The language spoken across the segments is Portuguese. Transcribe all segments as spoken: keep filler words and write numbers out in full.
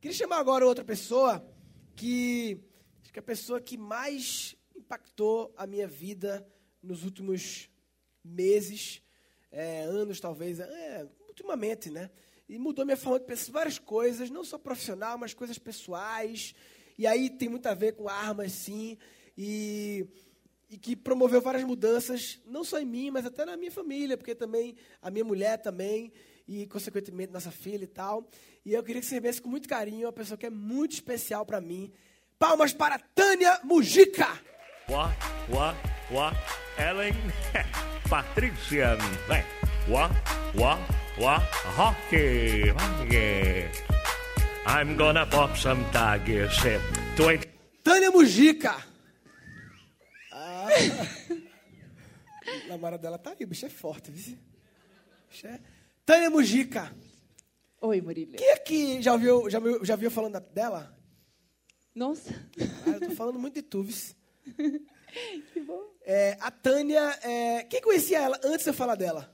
Queria chamar agora outra pessoa que acho que é a pessoa que mais impactou a minha vida nos últimos meses, é, anos talvez, é, ultimamente, né? E mudou minha forma de pensar várias coisas, não só profissional, mas coisas pessoais. E aí tem muito a ver com armas, sim, e, e que promoveu várias mudanças, não só em mim, mas até na minha família, porque também a minha mulher também, e consequentemente nossa filha e tal. E eu queria que você recebesse com muito carinho uma pessoa que é muito especial para mim. Palmas para Tânia Mujica! What, what, what, Ellen, Patrícia, vem, what, what, what, hockey, hockey. I'm gonna pop some tag, say, twenty. Tânia Mujica! Ah, a namorada dela tá aí, o bicho é forte, viu? Bicho é... Tânia Mujica! Oi, Murilo. Quem aqui já ouviu, já, já viu falando dela? Nossa. Ah, eu tô falando muito de tu, viu? Que bom. É, a Tânia, é, quem conhecia ela antes de eu falar dela?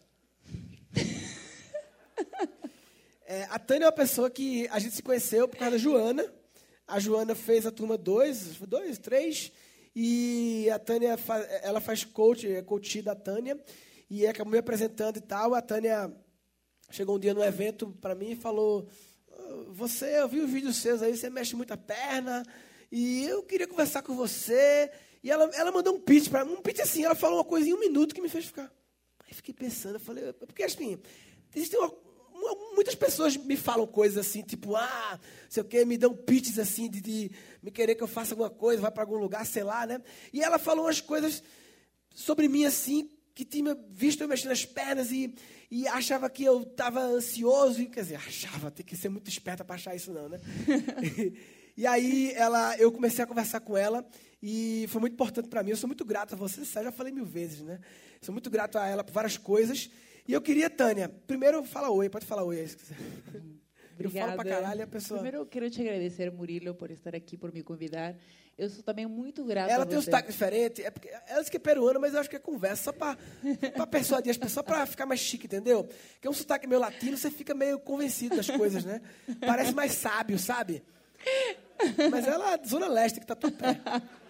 É, a Tânia é uma pessoa que a gente se conheceu por causa da Joana. A Joana fez a turma dois, dois, três, e a Tânia, faz, ela faz coach, é coach da Tânia, e acabou me apresentando e tal. A Tânia chegou um dia no evento para mim e falou, você, eu vi os vídeos seus aí, você mexe muito a perna, e eu queria conversar com você. E ela, ela mandou um pitch para mim, um pitch assim, ela falou uma coisa em um minuto que me fez ficar. Aí fiquei pensando, eu falei, porque assim, existem uma, uma, muitas pessoas me falam coisas assim, tipo, ah, sei o quê, me dão pitches assim, de, de me querer que eu faça alguma coisa, vá para algum lugar, sei lá, né? E ela falou umas coisas sobre mim assim, que tinha visto eu mexendo as pernas e, e achava que eu estava ansioso, e, quer dizer, achava, tem que ser muito esperta para achar isso não, né? E aí ela, eu comecei a conversar com ela e foi muito importante para mim. Eu sou muito grato a você, eu já falei mil vezes, né? Sou muito grato a ela por várias coisas. E eu queria, Tânia, primeiro fala oi, pode falar oi aí se quiser. Eu falo pra caralho e a pessoa... Primeiro eu quero te agradecer, Murilo, por estar aqui, por me convidar. Eu sou também muito grata Ela a tem um você. sotaque diferente, é porque ela diz que é peruana, mas eu acho que é conversa, só para persuadir as pessoas, para ficar mais chique, entendeu? Que é um sotaque meio latino, você fica meio convencido das coisas, né? Parece mais sábio, sabe? Mas ela é da Zona Leste, que está tudo perto.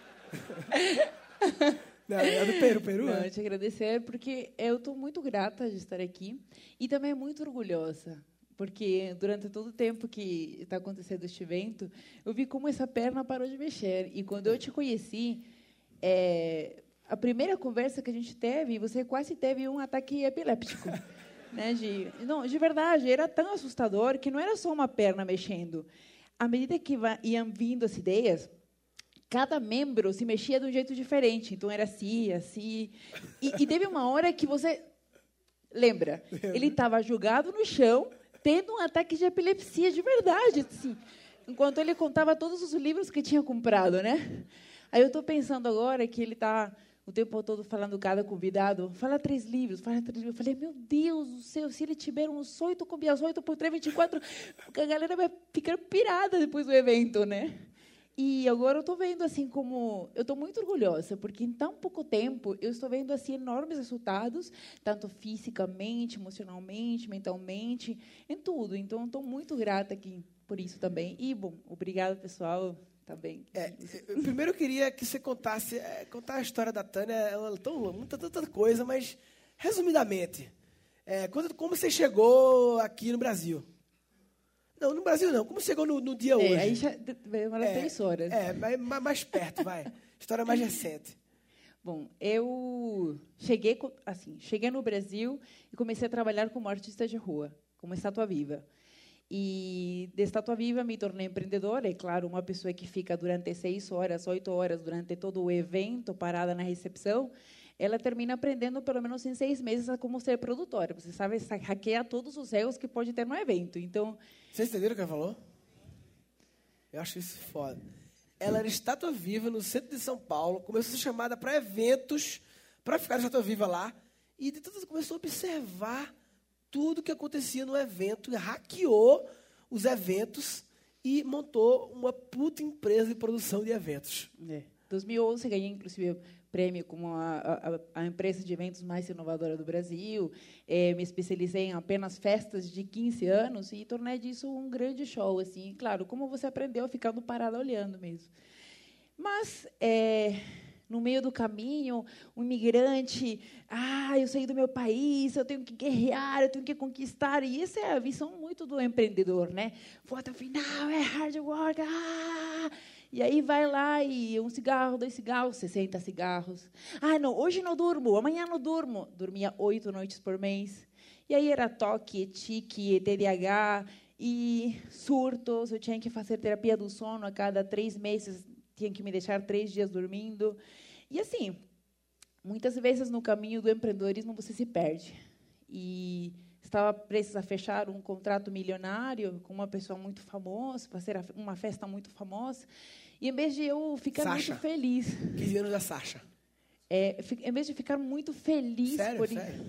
Não, é do Peru, Peru? Não, é? eu te agradecer, porque eu estou muito grata de estar aqui e também muito orgulhosa, porque durante todo o tempo que está acontecendo este evento, eu vi como essa perna parou de mexer. E quando eu te conheci, é, a primeira conversa que a gente teve, você quase teve um ataque epiléptico. Né, de, não, de verdade, era tão assustador que não era só uma perna mexendo. À medida que iam vindo as ideias, cada membro se mexia de um jeito diferente. Então, era assim, assim. E, e teve uma hora que você... Lembra? Ele estava jogado no chão, tendo um ataque de epilepsia de verdade, assim, enquanto ele contava todos os livros que tinha comprado, né? Aí eu estou pensando agora que ele está o tempo todo falando cada convidado, fala três livros, fala três livros. Eu falei, meu Deus do céu, se ele tiver uns oito, com as oito por três, vinte e quatro, a galera vai ficar pirada depois do evento, né? E agora eu estou vendo, assim, como... Eu estou muito orgulhosa, porque em tão pouco tempo eu estou vendo, assim, enormes resultados, tanto fisicamente, emocionalmente, mentalmente, em tudo. Então, estou muito grata aqui por isso também. E, bom, obrigada, pessoal, também. É, primeiro eu queria que você contasse... É, contar a história da Tânia, é tão, muita tanta coisa, mas, resumidamente, é, quando, como você chegou aqui no Brasil? Não, no Brasil não. Como chegou no, no dia é, hoje? Aí já demora é, três horas. É, mais, mais perto, vai. História mais recente. Bom, eu cheguei, assim, cheguei no Brasil e comecei a trabalhar como artista de rua, como estátua viva. E de estátua viva me tornei empreendedora. É claro, uma pessoa que fica durante seis horas, oito horas, durante todo o evento, parada na recepção, ela termina aprendendo, pelo menos em seis meses, a como ser produtora. Você sabe, hackeia todos os erros que pode ter no evento. Então... Vocês entenderam o que ela falou? Eu acho isso foda. Ela era estátua viva no centro de São Paulo, começou a ser chamada para eventos, para ficar estátua viva lá, e de tudo começou a observar tudo que acontecia no evento, hackeou os eventos e montou uma puta empresa de produção de eventos. É. Em dois mil e onze, ganhei, inclusive, prêmio como a, a, a empresa de eventos mais inovadora do Brasil. É, me especializei em apenas festas de quinze anos e tornei disso um grande show. Assim, claro, como você aprendeu ficando parada olhando mesmo. Mas, é, no meio do caminho, um imigrante, ah, eu saí do meu país, eu tenho que guerrear, eu tenho que conquistar. E essa é a visão muito do empreendedor, né? Vou até o final, é hard work, ah! E aí vai lá e um cigarro, dois cigarros, sessenta cigarros. Ah, não, hoje não durmo, amanhã não durmo. Dormia oito noites por mês. E aí era toque, tique, T D A H e surtos. Eu tinha que fazer terapia do sono a cada três meses. Tinha que me deixar três dias dormindo. E, assim, muitas vezes no caminho do empreendedorismo você se perde. E estava prestes a fechar um contrato milionário com uma pessoa muito famosa, fazer uma festa muito famosa. E, em vez de eu ficar Sasha. muito feliz... quinze anos da Sasha. É, em vez de ficar muito feliz... Sério? por Sério?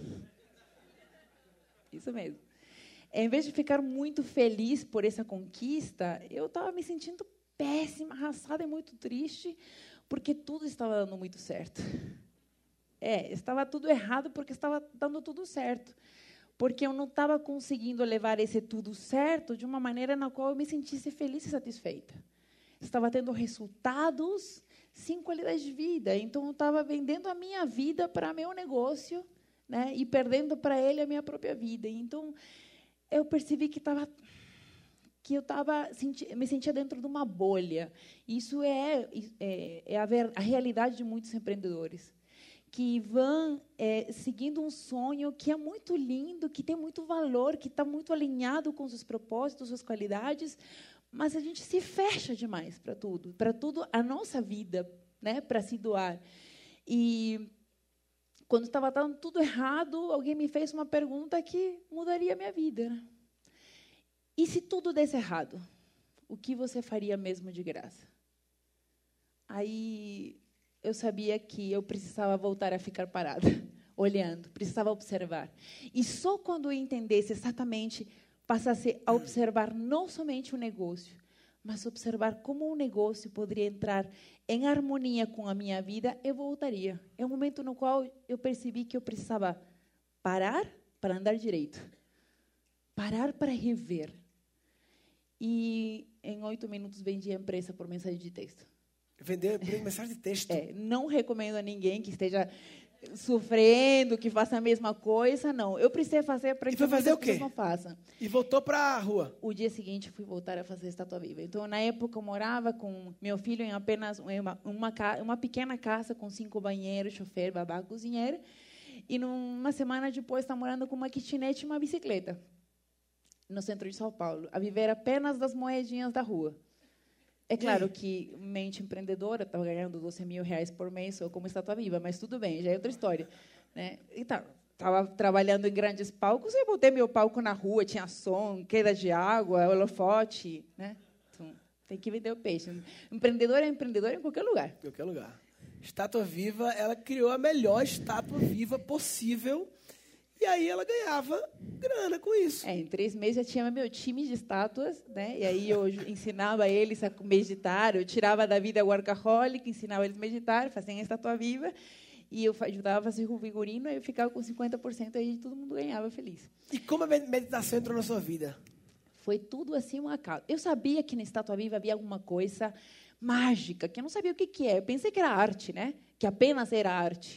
Isso mesmo. Em vez de ficar muito feliz por essa conquista, eu estava me sentindo péssima, arrasada e muito triste, porque tudo estava dando muito certo. É, estava tudo errado porque estava dando tudo certo. Porque eu não estava conseguindo levar esse tudo certo de uma maneira na qual eu me sentisse feliz e satisfeita. Estava tendo resultados sem qualidade de vida. Então, eu estava vendendo a minha vida para meu negócio, né, e perdendo para ele a minha própria vida. Então, eu percebi que estava... que eu tava, senti, me sentia dentro de uma bolha. Isso é, é, é a, ver, a realidade de muitos empreendedores, que vão é, seguindo um sonho que é muito lindo, que tem muito valor, que está muito alinhado com os seus propósitos, suas qualidades, mas a gente se fecha demais para tudo, para tudo a nossa vida, né, para se doar. E, quando estava dando tudo errado, alguém me fez uma pergunta que mudaria a minha vida, né? E se tudo desse errado, o que você faria mesmo de graça? Aí eu sabia que eu precisava voltar a ficar parada, olhando, precisava observar. E só quando eu entendesse exatamente, passasse a observar não somente o negócio, mas observar como o negócio poderia entrar em harmonia com a minha vida, eu voltaria. É um momento no qual eu percebi que eu precisava parar para andar direito, parar para rever. E, em oito minutos, vendi a empresa por mensagem de texto. Vender por mensagem de texto? É, não recomendo a ninguém que esteja sofrendo, que faça a mesma coisa, não. Eu precisei fazer para que as pessoas não façam. E voltou para a rua? O dia seguinte, fui voltar a fazer estátua viva. Então, na época, eu morava com meu filho em apenas uma, uma, uma pequena casa com cinco banheiros, chofer, babá, cozinheiro. E, numa semana depois, está morando com uma kitnet e uma bicicleta, no centro de São Paulo, a viver apenas das moedinhas da rua. É claro que, mente empreendedora, estava ganhando doze mil reais por mês só como estátua viva, mas tudo bem, já é outra história, né? Então, estava trabalhando em grandes palcos, e eu botei meu palco na rua, tinha som, queda de água, holofote, né? Então, tem que vender o peixe. Empreendedor é empreendedor em qualquer lugar. Em qualquer lugar. Estátua Viva, ela criou a melhor estátua viva possível. E aí ela ganhava grana com isso. É, em três meses eu tinha meu time de estátuas, né? E aí eu ensinava eles a meditar, eu tirava da vida workaholic, ensinava eles a meditar, faziam a estátua viva, e eu ajudava a fazer o figurino, e eu ficava com cinquenta por cento, aí todo mundo ganhava feliz. E como a meditação entrou na sua vida? Foi tudo assim um acaso. Eu sabia que na estátua viva havia alguma coisa mágica, que eu não sabia o que, que é. Eu pensei que era arte, né? Que apenas era arte.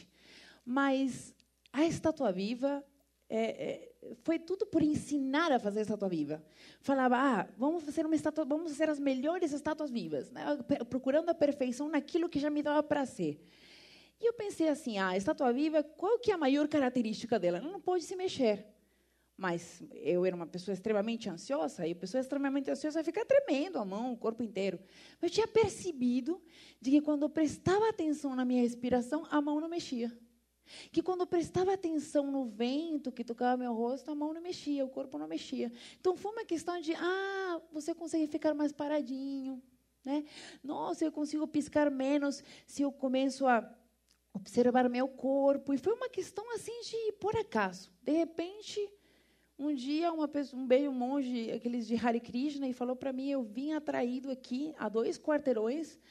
Mas a estátua viva... É, é, foi tudo por ensinar a fazer estátua viva. Falava, ah, vamos fazer uma estátua, vamos fazer as melhores estátuas vivas, né? Procurando a perfeição naquilo que já me dava prazer. E eu pensei assim, ah, a estátua viva, qual que é a maior característica dela? Ela não pode se mexer. Mas eu era uma pessoa extremamente ansiosa, e a pessoa extremamente ansiosa fica tremendo a mão, o corpo inteiro. Mas eu tinha percebido de que quando eu prestava atenção na minha respiração, a mão não mexia. Que quando eu prestava atenção no vento que tocava meu rosto, a mão não mexia, o corpo não mexia. Então, foi uma questão de, ah, você consegue ficar mais paradinho, né? Nossa, eu consigo piscar menos se eu começo a observar meu corpo. E foi uma questão assim de, por acaso. De repente, um dia, uma pessoa, um beijo monge, aqueles de Hare Krishna, e falou para mim, eu vim atraído aqui, a dois quarteirões,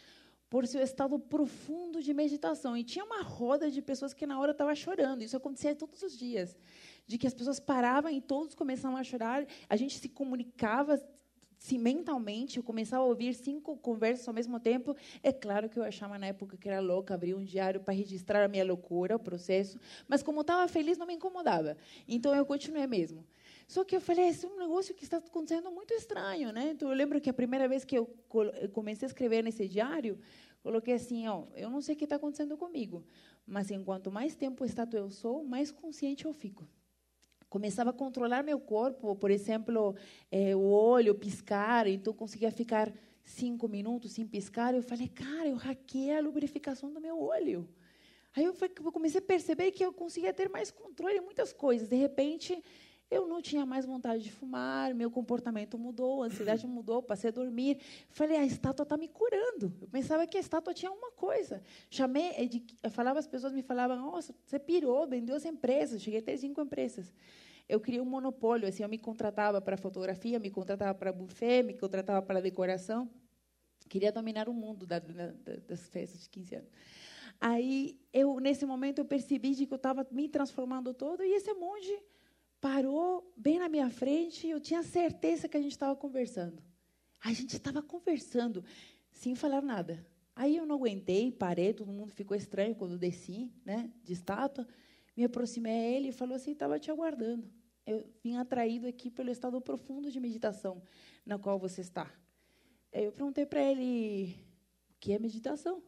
por seu estado profundo de meditação. E tinha uma roda de pessoas que, na hora, estavam chorando. Isso acontecia todos os dias. De que as pessoas paravam e todos começavam a chorar. A gente se comunicava se mentalmente. Eu começava a ouvir cinco conversas ao mesmo tempo. É claro que eu achava, na época, que era louca, abrir um diário para registrar a minha loucura, o processo. Mas, como estava feliz, não me incomodava. Então, eu continuei mesmo. Só que eu falei, esse é um negócio que está acontecendo muito estranho, né? Então, eu lembro que a primeira vez que eu comecei a escrever nesse diário, coloquei assim, ó, eu não sei o que está acontecendo comigo, mas, enquanto mais tempo estátua eu sou, mais consciente eu fico. Começava a controlar meu corpo, por exemplo, é, o olho, piscar, então conseguia ficar cinco minutos sem piscar. Eu falei, cara, eu hackeei a lubrificação do meu olho. Aí eu, foi, eu comecei a perceber que eu conseguia ter mais controle em muitas coisas. De repente, eu não tinha mais vontade de fumar, meu comportamento mudou, a ansiedade mudou, passei a dormir. Falei, a estátua está me curando. Eu pensava que a estátua tinha uma coisa. Chamei, eu falava, as pessoas me falavam, nossa, você pirou, vendeu as empresas, cheguei a ter cinco empresas. Eu criei um monopólio, assim, eu me contratava para fotografia, me contratava para buffet, me contratava para decoração. Queria dominar o mundo da, da, das festas de quinze anos. Aí, eu, nesse momento, eu percebi de que eu estava me transformando todo, e esse monge parou bem na minha frente, e eu tinha certeza que a gente estava conversando. A gente estava conversando, sem falar nada. Aí eu não aguentei, parei, todo mundo ficou estranho quando desci, né, de estátua. Me aproximei a ele e falou assim, estava te aguardando. Eu vim atraído aqui pelo estado profundo de meditação na qual você está. Aí eu perguntei para ele, o que é meditação?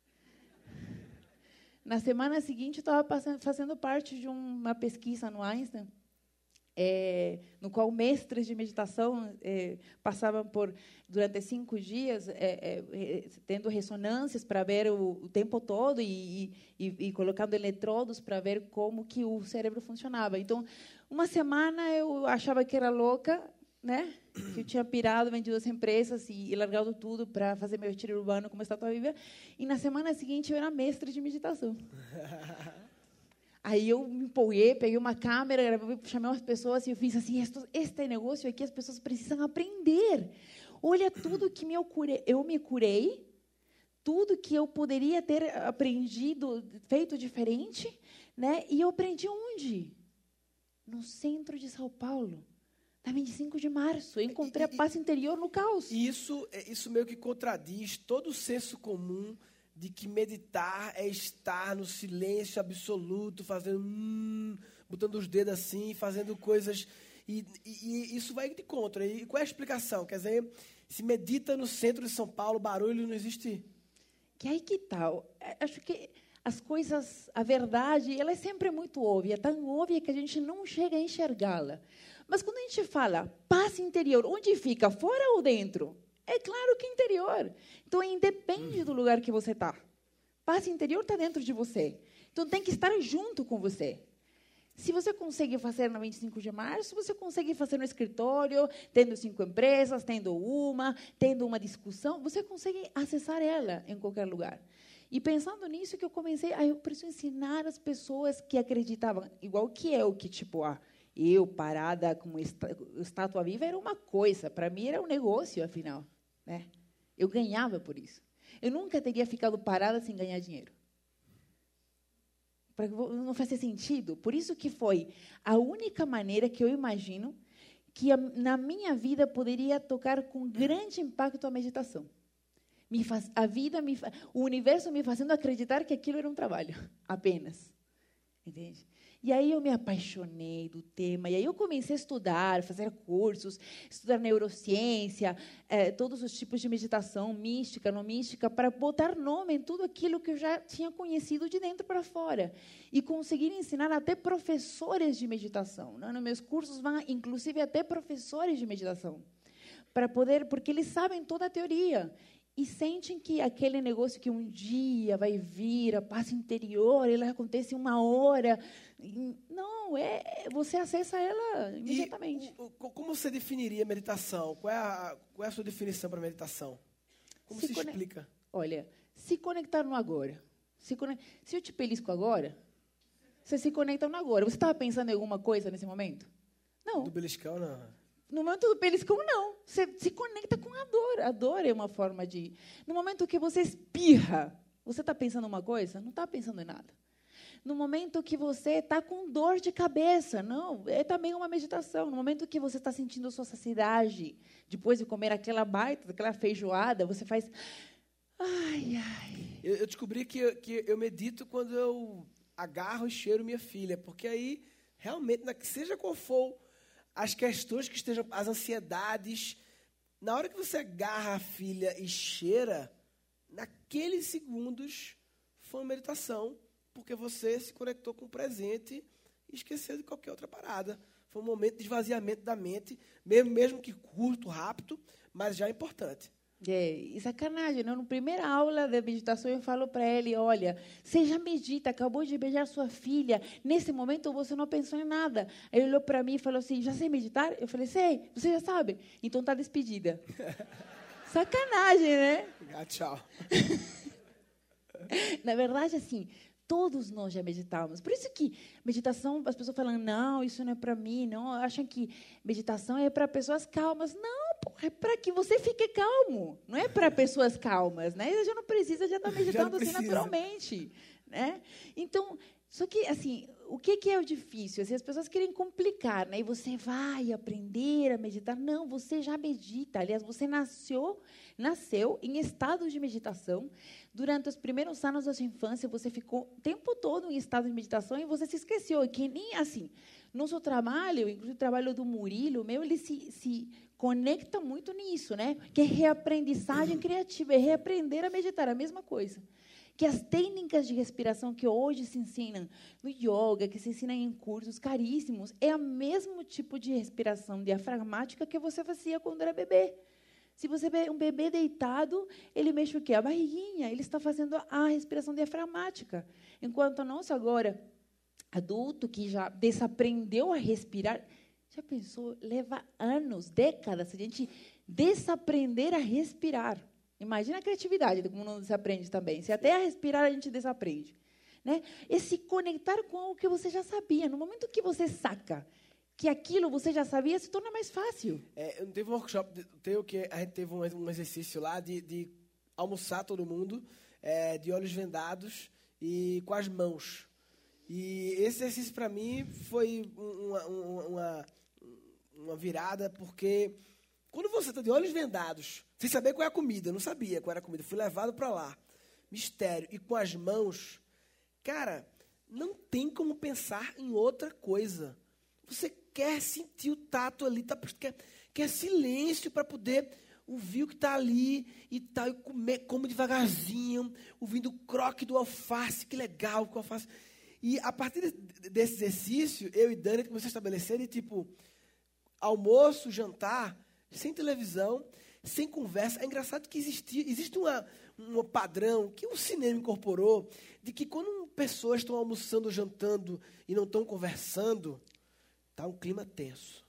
Na semana seguinte, eu estava fazendo parte de uma pesquisa no Einstein, É, no qual mestres de meditação é, passavam por, durante cinco dias, é, é, tendo ressonâncias para ver o, o tempo todo e, e, e colocando eletrodos para ver como que o cérebro funcionava. Então, uma semana eu achava que era louca, né? Que eu tinha pirado, vendido as empresas e, e largado tudo para fazer meu retiro urbano como estátua viva. E, na semana seguinte, eu era mestre de meditação. Aí eu me empolguei, peguei uma câmera, chamei umas pessoas e eu fiz assim, este negócio aqui as pessoas precisam aprender. Olha tudo que eu, curei, eu me curei, tudo que eu poderia ter aprendido, feito diferente, né? E eu aprendi onde? No centro de São Paulo, na vinte e cinco de março. Eu encontrei a paz interior no caos. Isso, isso meio que contradiz todo o senso comum de que meditar é estar no silêncio absoluto, fazendo, hum, botando os dedos assim, fazendo coisas, e, e, e isso vai de contra. E qual é a explicação? Quer dizer, se medita no centro de São Paulo, barulho não existe? Que aí que tal? Acho que as coisas, a verdade, ela é sempre muito óbvia, tão óbvia que a gente não chega a enxergá-la. Mas quando a gente fala paz interior, onde fica? Fora ou dentro? É claro que é interior. Então, independe do lugar que você está. Paz interior está dentro de você. Então, tem que estar junto com você. Se você consegue fazer na vinte e cinco de março, você consegue fazer no escritório, tendo cinco empresas, tendo uma, tendo uma discussão, você consegue acessar ela em qualquer lugar. E pensando nisso, que eu comecei, ah, eu preciso ensinar as pessoas que acreditavam, igual que eu, que tipo, ah, eu parada como estátua viva era uma coisa, para mim era um negócio, afinal. Né? Eu ganhava por isso. Eu nunca teria ficado parada sem ganhar dinheiro. Não fazia sentido. Por isso que foi a única maneira que eu imagino que a, na minha vida poderia tocar com grande impacto a meditação. Me faz, a vida, me, o universo me fazendo acreditar que aquilo era um trabalho, apenas. Entende? E aí eu me apaixonei do tema, e aí eu comecei a estudar, fazer cursos, estudar neurociência, eh, todos os tipos de meditação, mística, não mística, para botar nome em tudo aquilo que eu já tinha conhecido de dentro para fora. E conseguir ensinar até professores de meditação. Né? Nos meus cursos vão, inclusive, até professores de meditação. Para poder, porque eles sabem toda a teoria. E sentem que aquele negócio que um dia vai vir, a paz interior, ela acontece em uma hora. Não, é, você acessa ela imediatamente. E, o, como você definiria meditação? Qual é a, qual é a sua definição para meditação? Como se, se explica? Olha, se conectar no agora. Se, conect... se eu te belisco agora, você se conecta no agora. Você estava pensando em alguma coisa nesse momento? Não. Do beliscão, não. No momento do beliscão, não. você se conecta com a dor. A dor é uma forma de... No momento que você espirra, você está pensando uma coisa? Não está pensando em nada. No momento que você está com dor de cabeça, não, é também uma meditação. No momento que você está sentindo a sua saciedade, depois de comer aquela baita, aquela feijoada, você faz... Ai, ai. Eu, eu descobri que eu, que eu medito quando eu agarro e cheiro minha filha, porque aí, realmente, seja qual for as questões que estejam, as ansiedades, na hora que você agarra a filha e cheira, naqueles segundos foi uma meditação, porque você se conectou com o presente e esqueceu de qualquer outra parada. Foi um momento de esvaziamento da mente, mesmo, mesmo que curto, rápido, mas já importante. É, e sacanagem, não? Na primeira aula de meditação, eu falo para ele, olha, você já medita, acabou de beijar sua filha, nesse momento você não pensou em nada. Aí ele olhou para mim e falou assim, já sei meditar? Eu falei, sei, você já sabe? Então está despedida. Sacanagem, né? Ah, tchau. Na verdade, assim, todos nós já meditamos. Por isso que meditação, as pessoas falam, não, isso não é para mim, não, acham que meditação é para pessoas calmas. Não, pô, é para que você fique calmo, não é para pessoas calmas, né? Já não precisa, já está meditando assim naturalmente, né? Então, só que, assim, o que, que é o difícil? Assim, as pessoas querem complicar, né? E você vai aprender a meditar. Não, você já medita. Aliás, você nasceu, nasceu em estado de meditação. Durante os primeiros anos da sua infância, você ficou o tempo todo em estado de meditação e você se esqueceu. E que nem assim, nosso trabalho, inclusive o trabalho do Murilo, meu, ele se, se conecta muito nisso, né? Que é reaprendizagem criativa, é reaprender a meditar, a mesma coisa. Que as técnicas de respiração que hoje se ensinam no yoga, que se ensinam em cursos caríssimos, é o mesmo tipo de respiração diafragmática que você fazia quando era bebê. Se você vê um bebê deitado, ele mexe o quê? A barriguinha. Ele está fazendo a respiração diafragmática. Enquanto nós, agora, adulto, que já desaprendeu a respirar, já pensou? Leva anos, décadas, a gente desaprender a respirar. Imagina a criatividade, como não desaprende também. Se até a respirar a gente desaprende. Né? E se conectar com o que você já sabia. No momento que você saca que aquilo você já sabia, se torna mais fácil. É, eu teve um workshop, teve, que a gente teve um, um exercício lá de, de almoçar todo mundo, é, de olhos vendados e com as mãos. E esse exercício, para mim, foi uma, uma, uma virada, porque quando você está de olhos vendados, sem saber qual é a comida, eu não sabia qual era a comida, fui levado para lá, mistério, e com as mãos, cara, não tem como pensar em outra coisa. Você quer sentir o tato ali, tá, quer, quer silêncio para poder ouvir o que está ali e tal, e comer, como devagarzinho, ouvindo o croque do alface, que legal com o alface. E a partir de, desse exercício, eu e Dani começamos a estabelecer, de, tipo, almoço, jantar, sem televisão, sem conversa. É engraçado que existia, existe uma, um padrão que o cinema incorporou, de que quando pessoas estão almoçando, jantando e não estão conversando, está um clima tenso.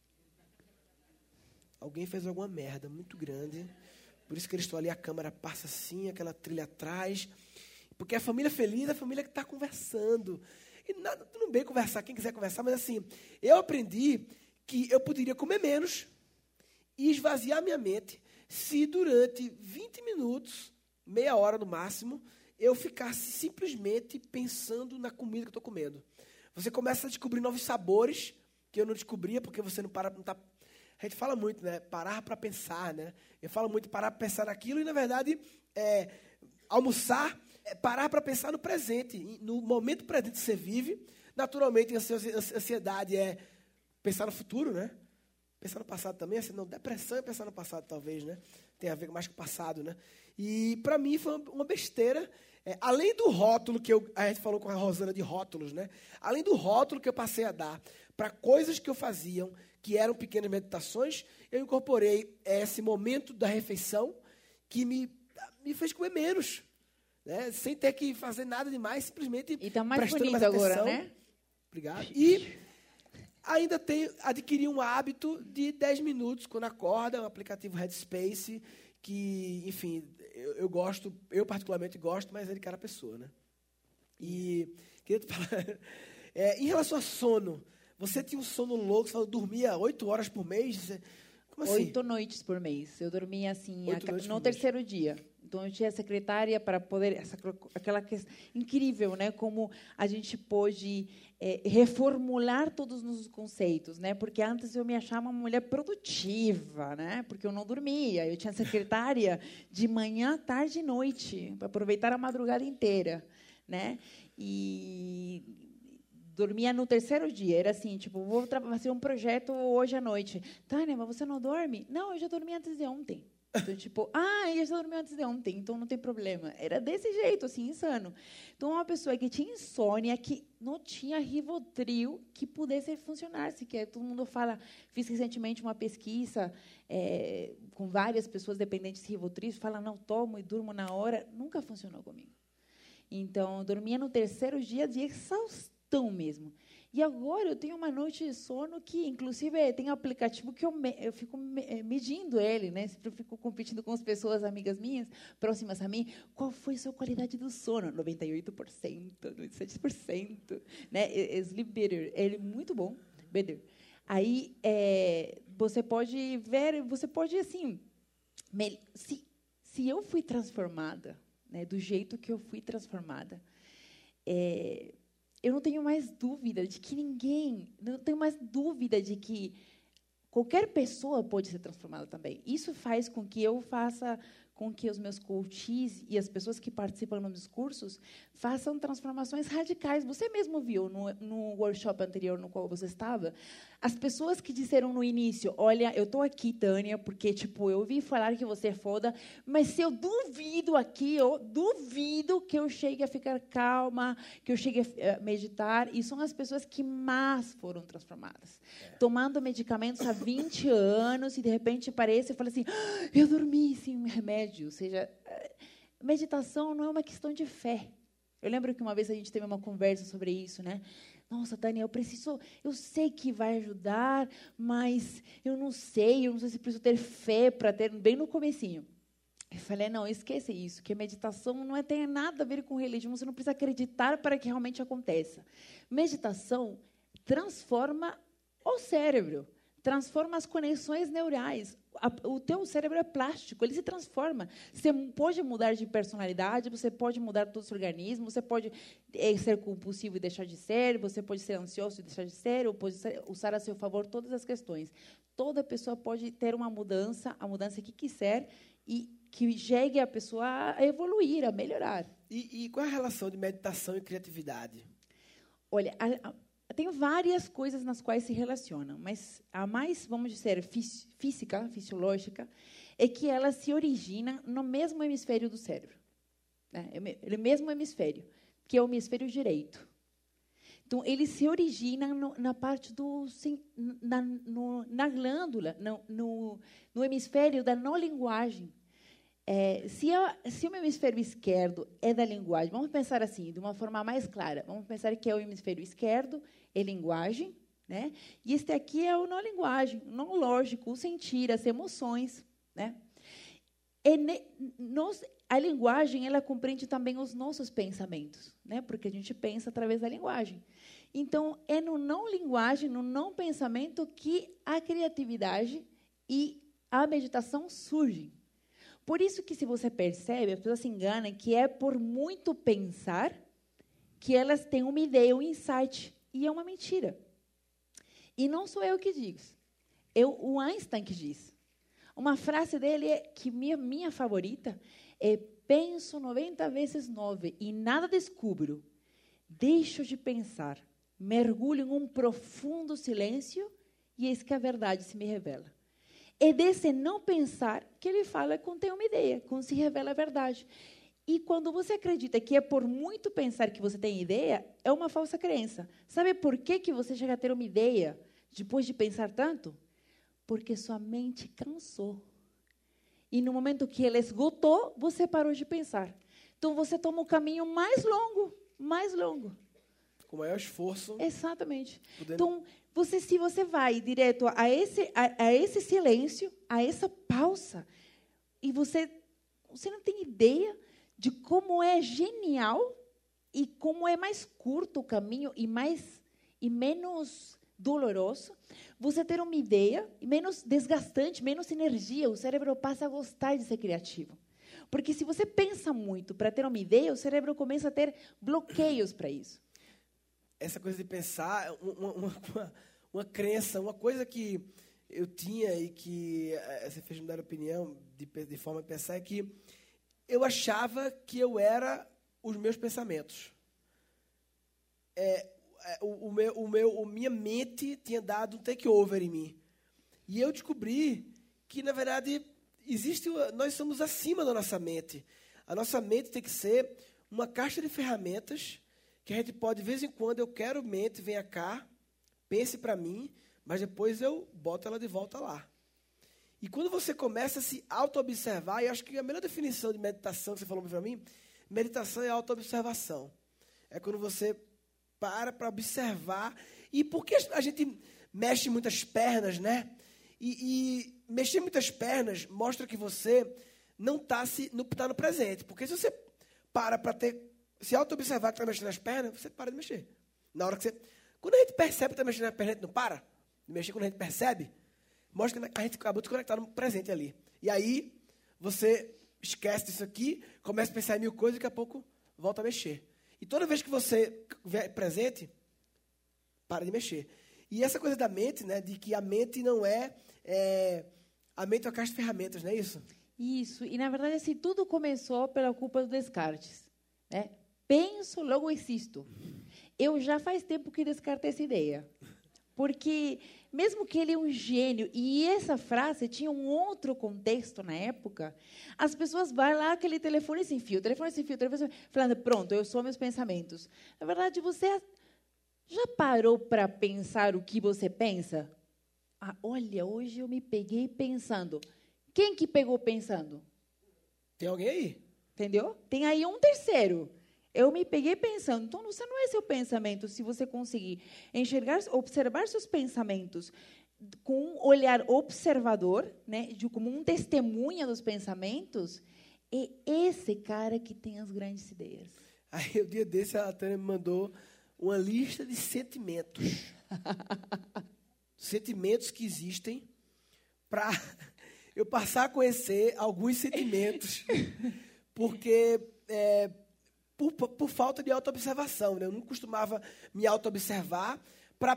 Alguém fez alguma merda muito grande. Por isso que eles estão ali, a câmera passa assim, aquela trilha atrás. Porque a família feliz é a família que está conversando. E nada, tudo bem conversar, quem quiser conversar, mas assim, eu aprendi que eu poderia comer menos e esvaziar minha mente se durante vinte minutos, meia hora no máximo, eu ficasse simplesmente pensando na comida que eu estou comendo. Você começa a descobrir novos sabores que eu não descobria, porque você não para, não tá, a gente fala muito, né? Parar para pensar, né? Eu falo muito parar para pensar naquilo e, na verdade, é, almoçar é parar para pensar no presente, no momento presente que você vive. Naturalmente, a ansiedade é pensar no futuro, né? Pensar no passado também, assim, não, depressão é pensar no passado, talvez, né? Tem a ver mais com o passado, né? E, para mim, foi uma besteira. É, além do rótulo que eu, a gente falou com a Rosana de rótulos, né? Além do rótulo que eu passei a dar para coisas que eu fazia, que eram pequenas meditações, eu incorporei esse momento da refeição que me, me fez comer menos, né? Sem ter que fazer nada demais, simplesmente e tá mais prestando bonito mais agora, atenção. né? Obrigado. E ainda tenho, adquiri um hábito de dez minutos quando acorda, um aplicativo Headspace, que, enfim, eu, eu gosto, eu particularmente gosto, mas é de cada pessoa, né? E queria te falar, é, em relação a sono, você tinha um sono louco, você falou, dormia oito horas por mês, você, Como assim? Oito noites por mês. Eu dormia assim, Oito a, noites no por mês. terceiro dia. Então, eu tinha secretária para poder... Essa, aquela questão incrível, né? Como a gente pôde é, reformular todos os conceitos, né? Porque antes eu me achava uma mulher produtiva, né? Porque eu não dormia. Eu tinha secretária de manhã, tarde e noite, para aproveitar a madrugada inteira, né? E dormia no terceiro dia. Era assim, tipo, vou fazer um projeto hoje à noite. Tânia, mas você não dorme? Não, eu já dormi antes de ontem. Então, tipo, ah, eu já dormi antes de ontem, então não tem problema. Era desse jeito, assim, insano. Então, uma pessoa que tinha insônia, que não tinha Rivotril que pudesse funcionar. Se quer, todo mundo fala... Fiz recentemente uma pesquisa é, com várias pessoas dependentes de Rivotril, fala, não, tomo e durmo na hora. Nunca funcionou comigo. Então, eu dormia no terceiro dia de exaustão mesmo. E agora eu tenho uma noite de sono que, inclusive, tem um aplicativo que eu, me, eu fico me, medindo ele, né? Sempre eu fico competindo com as pessoas, amigas minhas, próximas a mim. Qual foi a sua qualidade do sono? noventa e oito por cento, noventa e sete por cento. Né? Sleep Better. Ele é muito bom. Better. Aí, é, você pode ver, você pode, assim... Me, se, se eu fui transformada, né, do jeito que eu fui transformada... É, eu não tenho mais dúvida de que ninguém, não tenho mais dúvida de que qualquer pessoa pode ser transformada também. Isso faz com que eu faça, com que os meus coaches e as pessoas que participam nos meus cursos façam transformações radicais. Você mesmo viu no, no workshop anterior no qual você estava, as pessoas que disseram no início, olha, eu estou aqui, Tânia, porque tipo, eu ouvi falar que você é foda, mas se eu duvido aqui, eu duvido que eu chegue a ficar calma, que eu chegue a meditar, e são as pessoas que mais foram transformadas. É. Tomando medicamentos há vinte anos, e de repente aparece e fala assim, ah, eu dormi sem remédio. Ou seja, meditação não é uma questão de fé. Eu lembro que uma vez a gente teve uma conversa sobre isso, né? Nossa, Tânia, eu preciso, eu sei que vai ajudar, mas eu não sei, eu não sei se preciso ter fé para ter, bem no comecinho. Eu falei, não, esquece isso, que a meditação não é, tem nada a ver com religião, você não precisa acreditar para que realmente aconteça. Meditação transforma o cérebro, transforma as conexões neurais. O teu cérebro é plástico, ele se transforma. Você pode mudar de personalidade, você pode mudar todo o seu organismo, você pode ser compulsivo e deixar de ser, você pode ser ansioso e deixar de ser, ou pode usar a seu favor todas as questões. Toda pessoa pode ter uma mudança, a mudança que quiser, e que chegue a pessoa a evoluir, a melhorar. E, e qual é a relação de meditação e criatividade? Olha, a, a, tem várias coisas nas quais se relacionam, mas a mais, vamos dizer, fí física, fisiológica, é que ela se origina no mesmo hemisfério do cérebro. Né? É o mesmo hemisfério, que é o hemisfério direito. Então, ele se origina no, na parte do... na, no, na glândula, no, no, no hemisfério da não linguagem. É, se, eu, se o hemisfério esquerdo é da linguagem, vamos pensar assim, de uma forma mais clara, vamos pensar que é o hemisfério esquerdo, é linguagem, né? E este aqui é o não linguagem, o não lógico, o sentir, as emoções, né? E ne, nos, a linguagem, ela compreende também os nossos pensamentos, né? Porque a gente pensa através da linguagem. Então, é no não linguagem, no não pensamento, que a criatividade e a meditação surgem. Por isso que, se você percebe, as pessoas se enganam que é por muito pensar que elas têm uma ideia, um insight. E é uma mentira. E não sou eu que digo. É o Einstein que diz. Uma frase dele, é, que minha, minha favorita, é: penso noventa vezes nove e nada descubro. Deixo de pensar. Mergulho em um profundo silêncio e eis que a verdade se me revela. É desse não pensar que ele fala quando tem uma ideia, quando se revela a verdade. E quando você acredita que é por muito pensar que você tem ideia, é uma falsa crença. Sabe por que, que você chega a ter uma ideia depois de pensar tanto? Porque sua mente cansou. E no momento que ela esgotou, você parou de pensar. Então, você toma um caminho mais longo, mais longo. Com maior esforço. Exatamente. Podendo... Então, você, se você vai direto a esse, a, a esse silêncio, a essa pausa, e você, você não tem ideia de como é genial e como é mais curto o caminho e, mais, e menos doloroso, você ter uma ideia menos desgastante, menos energia, o cérebro passa a gostar de ser criativo. Porque se você pensa muito para ter uma ideia, o cérebro começa a ter bloqueios para isso. Essa coisa de pensar, uma, uma, uma, uma crença, uma coisa que eu tinha e que é, você fez me dar opinião de, de forma de pensar, é que eu achava que eu era os meus pensamentos. É, o, o meu, o meu, a minha mente tinha dado um takeover em mim. E eu descobri que, na verdade, existe, nós somos acima da nossa mente. A nossa mente tem que ser uma caixa de ferramentas que a gente pode, de vez em quando, eu quero mente, venha cá, pense para mim, mas depois eu boto ela de volta lá. E quando você começa a se auto-observar, e acho que a melhor definição de meditação que você falou para mim, meditação é auto-observação. É quando você para para observar. E por que a gente mexe muitas pernas, né? E, e mexer muitas pernas mostra que você não está no, tá no presente. Porque se você para para ter, se auto-observar que está mexendo as pernas, você para de mexer. Na hora que você... Quando a gente percebe que está mexendo as pernas, a gente não para de mexer. Quando a gente percebe, mostra que a gente acabou de conectar no presente ali. E aí, você esquece disso aqui, começa a pensar em mil coisas e daqui a pouco volta a mexer. E toda vez que você vê presente, para de mexer. E essa coisa da mente, né, de que a mente não é, é... A mente é uma caixa de ferramentas, não é isso? Isso. E, na verdade, assim, tudo começou pela culpa do Descartes. Né? Penso, logo existo. Eu já faz tempo que descartei essa ideia. Porque, mesmo que ele é um gênio, e essa frase tinha um outro contexto na época, as pessoas vão lá, aquele telefone sem fio, telefone sem fio, telefone sem fio, falando, pronto, eu sou meus pensamentos. Na verdade, você já parou para pensar o que você pensa? Ah, olha, hoje eu me peguei pensando. Quem que pegou pensando? Tem alguém aí? Entendeu? Tem aí um terceiro. Eu me peguei pensando, então você não é seu pensamento. Se você conseguir enxergar, observar seus pensamentos com um olhar observador, né, de, como um testemunha dos pensamentos, é esse cara que tem as grandes ideias. Aí, o dia desse, a Tânia me mandou uma lista de sentimentos. Sentimentos que existem para eu passar a conhecer alguns sentimentos. Porque... É, Por, por falta de autoobservação, né? Eu não costumava me autoobservar para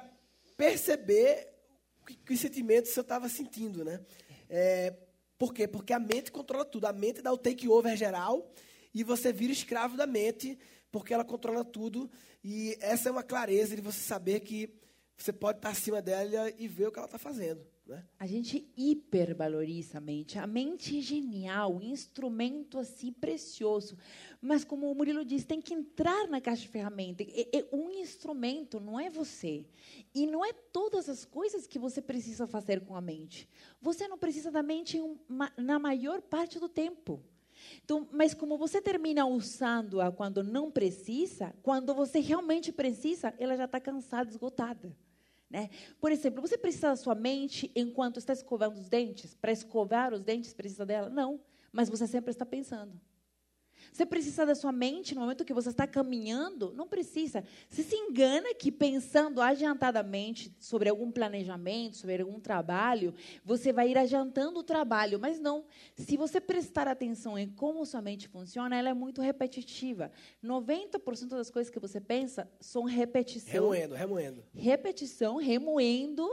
perceber que, que sentimentos eu estava sentindo, né? É, por quê? Porque a mente controla tudo. A mente dá o take-over geral e você vira escravo da mente porque ela controla tudo. E essa é uma clareza de você saber que você pode estar acima dela e ver o que ela está fazendo. Né? A gente hipervaloriza a mente. A mente é genial, um instrumento assim precioso. Mas, como o Murilo disse, tem que entrar na caixa de ferramentas. É, é um instrumento, não é você. E não é todas as coisas que você precisa fazer com a mente. Você não precisa da mente uma, na maior parte do tempo. Então, mas como você termina usando-a quando não precisa, quando você realmente precisa, ela já está cansada, esgotada. Né? Por exemplo, você precisa da sua mente enquanto está escovando os dentes? Para escovar os dentes, precisa dela? Não, mas você sempre está pensando. Você precisa da sua mente no momento que você está caminhando? Não precisa. Você se engana que pensando adiantadamente sobre algum planejamento, sobre algum trabalho, você vai ir adiantando o trabalho. Mas não. Se você prestar atenção em como sua mente funciona, ela é muito repetitiva. noventa por cento das coisas que você pensa são repetição. Remoendo, remoendo. Repetição, remoendo,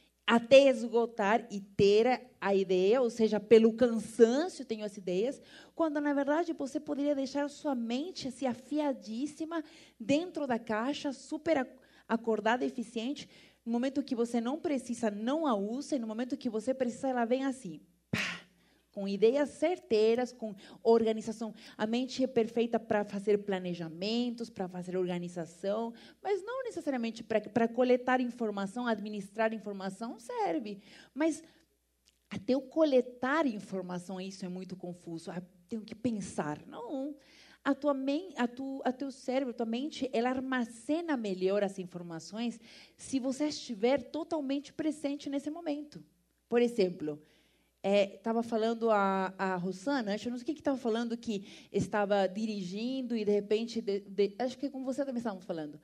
até esgotar e ter a ideia, ou seja, pelo cansaço tenho as ideias, quando, na verdade, você poderia deixar sua mente assim, afiadíssima dentro da caixa, super acordada, eficiente. No momento que você não precisa, não a usa, e no momento que você precisa, ela vem assim, pá, com ideias certeiras, com organização. A mente é perfeita para fazer planejamentos, para fazer organização, mas não necessariamente para coletar informação, administrar informação, serve. Mas até o coletar informação, isso é muito confuso. Ah, tenho que pensar. Não. A tua mente, a tu, a teu cérebro, a tua mente, ela armazena melhor as informações se você estiver totalmente presente nesse momento. Por exemplo, estava é, falando a, a Rosana, acho, não sei o que estava falando, que estava dirigindo e, de repente, de, de, acho que como você também estava falando,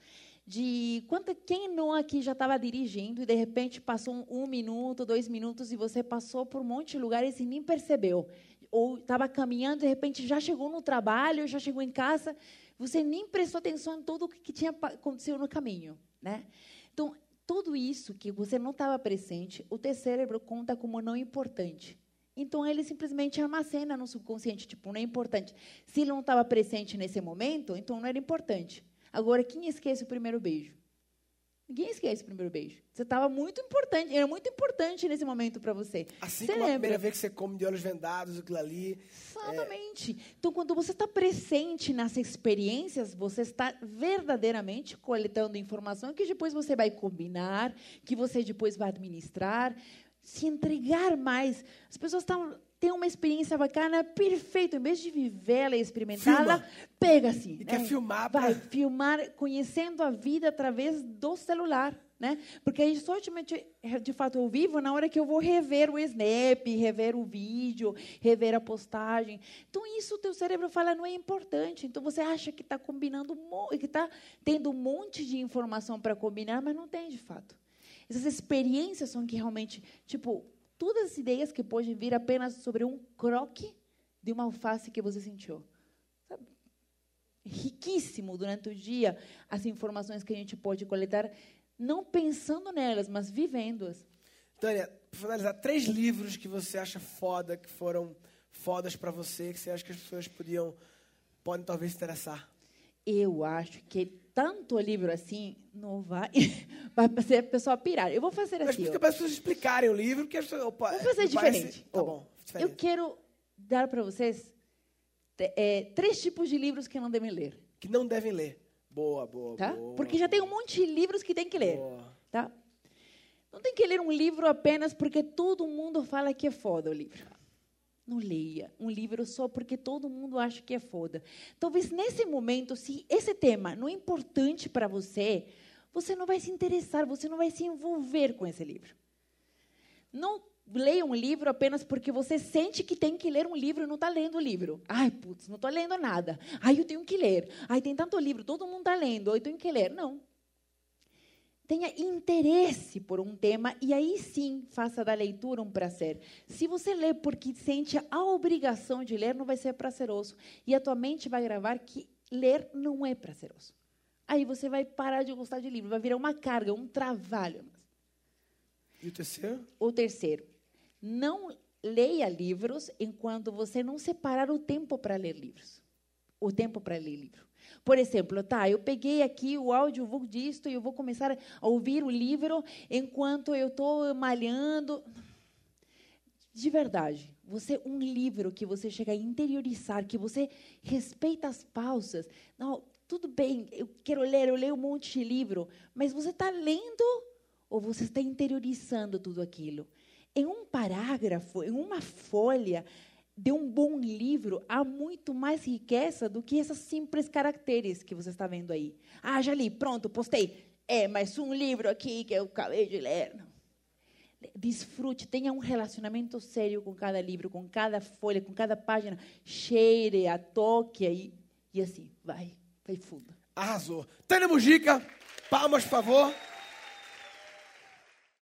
de quanto, quem não aqui já estava dirigindo e, de repente, passou um, um minuto, dois minutos e você passou por um monte de lugares e nem percebeu. Ou estava caminhando, de repente, já chegou no trabalho, já chegou em casa, você nem prestou atenção em tudo o que tinha acontecido no caminho, né? Então, tudo isso que você não estava presente, o teu cérebro conta como não importante. Então, ele simplesmente armazena no subconsciente, tipo, não é importante. Se ele não estava presente nesse momento, então não era importante. Agora, quem esquece o primeiro beijo? Ninguém esquece o primeiro beijo. Você estava muito importante, era muito importante nesse momento para você. Assim você como lembra? a primeira vez que você come de olhos vendados, aquilo ali. Exatamente. É... Então, quando você está presente nas experiências, você está verdadeiramente coletando informação que depois você vai combinar, que você depois vai administrar, se entregar mais. As pessoas estão... tem uma experiência bacana, perfeito. Em vez de vivê-la e experimentá-la, pega-se. E né? quer filmar. Vai pra... filmar, conhecendo a vida através do celular. Né? Porque aí, somente, de fato, eu vivo na hora que eu vou rever o Snap, rever o vídeo, rever a postagem. Então, isso o teu cérebro fala não é importante. Então, você acha que está combinando, que está tendo um monte de informação para combinar, mas não tem, de fato. Essas experiências são que realmente, tipo... todas as ideias que podem vir apenas sobre um croque de uma alface que você sentiu. Sabe? Riquíssimo durante o dia as informações que a gente pode coletar, não pensando nelas, mas vivendo-as. Tânia, para finalizar, três livros que você acha foda, que foram fodas para você, que você acha que as pessoas podiam, podem talvez se interessar. Eu acho que tanto livro assim não vai, vai fazer a pessoa pirar. Eu vou fazer Mas assim. Mas para as pessoas explicarem o livro, porque as pessoas... Opa, vou fazer diferente. Parece, tá oh, bom, diferente. Eu quero dar para vocês é, três tipos de livros que não devem ler. Que não devem ler. Boa, boa, tá? boa. Porque já tem um monte de livros que tem que ler. Boa. Tá? Não tem que ler um livro apenas porque todo mundo fala que é foda o livro. Não leia um livro só porque todo mundo acha que é foda. Talvez, nesse momento, se esse tema não é importante para você, você não vai se interessar, você não vai se envolver com esse livro. Não leia um livro apenas porque você sente que tem que ler um livro e não está lendo o livro. Ai, putz, não estou lendo nada. Ai, eu tenho que ler. Ai, tem tanto livro, todo mundo está lendo, eu tenho que ler. Não. Tenha interesse por um tema e aí sim faça da leitura um prazer. Se você lê porque sente a obrigação de ler, não vai ser prazeroso. E a tua mente vai gravar que ler não é prazeroso. Aí você vai parar de gostar de livro, vai virar uma carga, um trabalho. E o terceiro? O terceiro, não leia livros enquanto você não separar o tempo para ler livros. O tempo para ler livro. Por exemplo, tá, eu peguei aqui o audiobook disto e eu vou começar a ouvir o livro enquanto eu estou malhando. De verdade, você um livro que você chega a interiorizar, que você respeita as pausas. Não, tudo bem, eu quero ler, eu leio um monte de livro, mas você está lendo ou você está interiorizando tudo aquilo? Em um parágrafo, em uma folha de um bom livro, há muito mais riqueza do que esses simples caracteres que você está vendo aí. Ah, já li, pronto, postei. É, mas um livro aqui que eu acabei de ler. Não. Desfrute, tenha um relacionamento sério com cada livro, com cada folha, com cada página. Cheire, a toque aí, e assim, vai, vai fundo. Arrasou. Tânia Mujica, palmas, por favor.